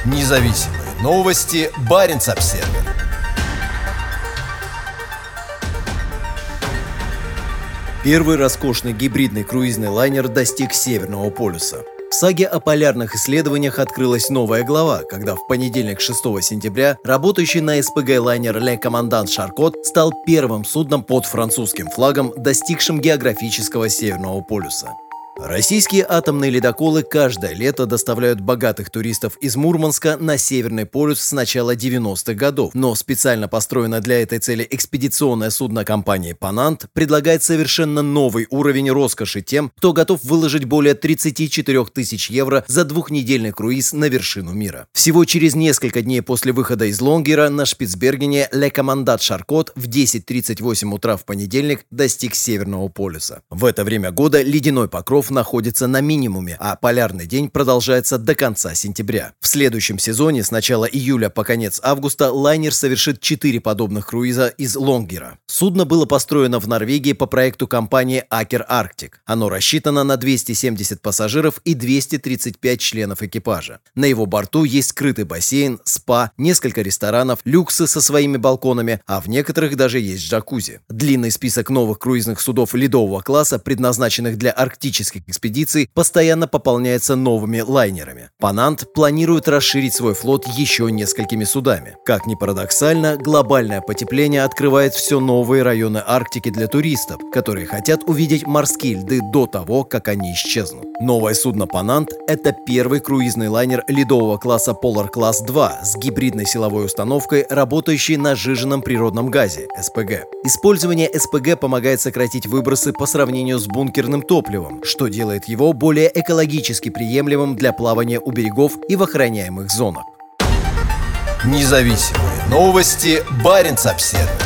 Независимые новости. Баренц-Обсервер. Первый роскошный гибридный круизный лайнер достиг Северного полюса. В саге о полярных исследованиях открылась новая глава, когда в понедельник 6 сентября работающий на СПГ лайнер Le Commandant Charcot стал первым судном под французским флагом, достигшим географического Северного полюса. Российские атомные ледоколы каждое лето доставляют богатых туристов из Мурманска на Северный полюс с начала 90-х годов, но специально построенное для этой цели экспедиционное судно компании Ponant предлагает совершенно новый уровень роскоши тем, кто готов выложить более 34 тысяч евро за двухнедельный круиз на вершину мира. Всего через несколько дней после выхода из Лонгера на Шпицбергене Le Commandant Charcot в 10:38 утра в понедельник достиг Северного полюса. В это время года ледяной покров находится на минимуме, а полярный день продолжается до конца сентября. В следующем сезоне с начала июля по конец августа лайнер совершит 4 подобных круиза из Лонгера. Судно было построено в Норвегии по проекту компании Aker Arctic. Оно рассчитано на 270 пассажиров и 235 членов экипажа. На его борту есть скрытый бассейн, спа, несколько ресторанов, люксы со своими балконами, а в некоторых даже есть джакузи. Длинный список новых круизных судов ледового класса, предназначенных для арктических экспедиций, постоянно пополняется новыми лайнерами. Ponant планирует расширить свой флот еще несколькими судами. Как ни парадоксально, глобальное потепление открывает все новые районы Арктики для туристов, которые хотят увидеть морские льды до того, как они исчезнут. Новое судно Ponant – это первый круизный лайнер ледового класса Polar Class 2 с гибридной силовой установкой, работающей на сжиженном природном газе – СПГ. Использование СПГ помогает сократить выбросы по сравнению с бункерным топливом, что делает его более экологически приемлемым для плавания у берегов и в охраняемых зонах. Независимые новости. Баренц-Обсервер.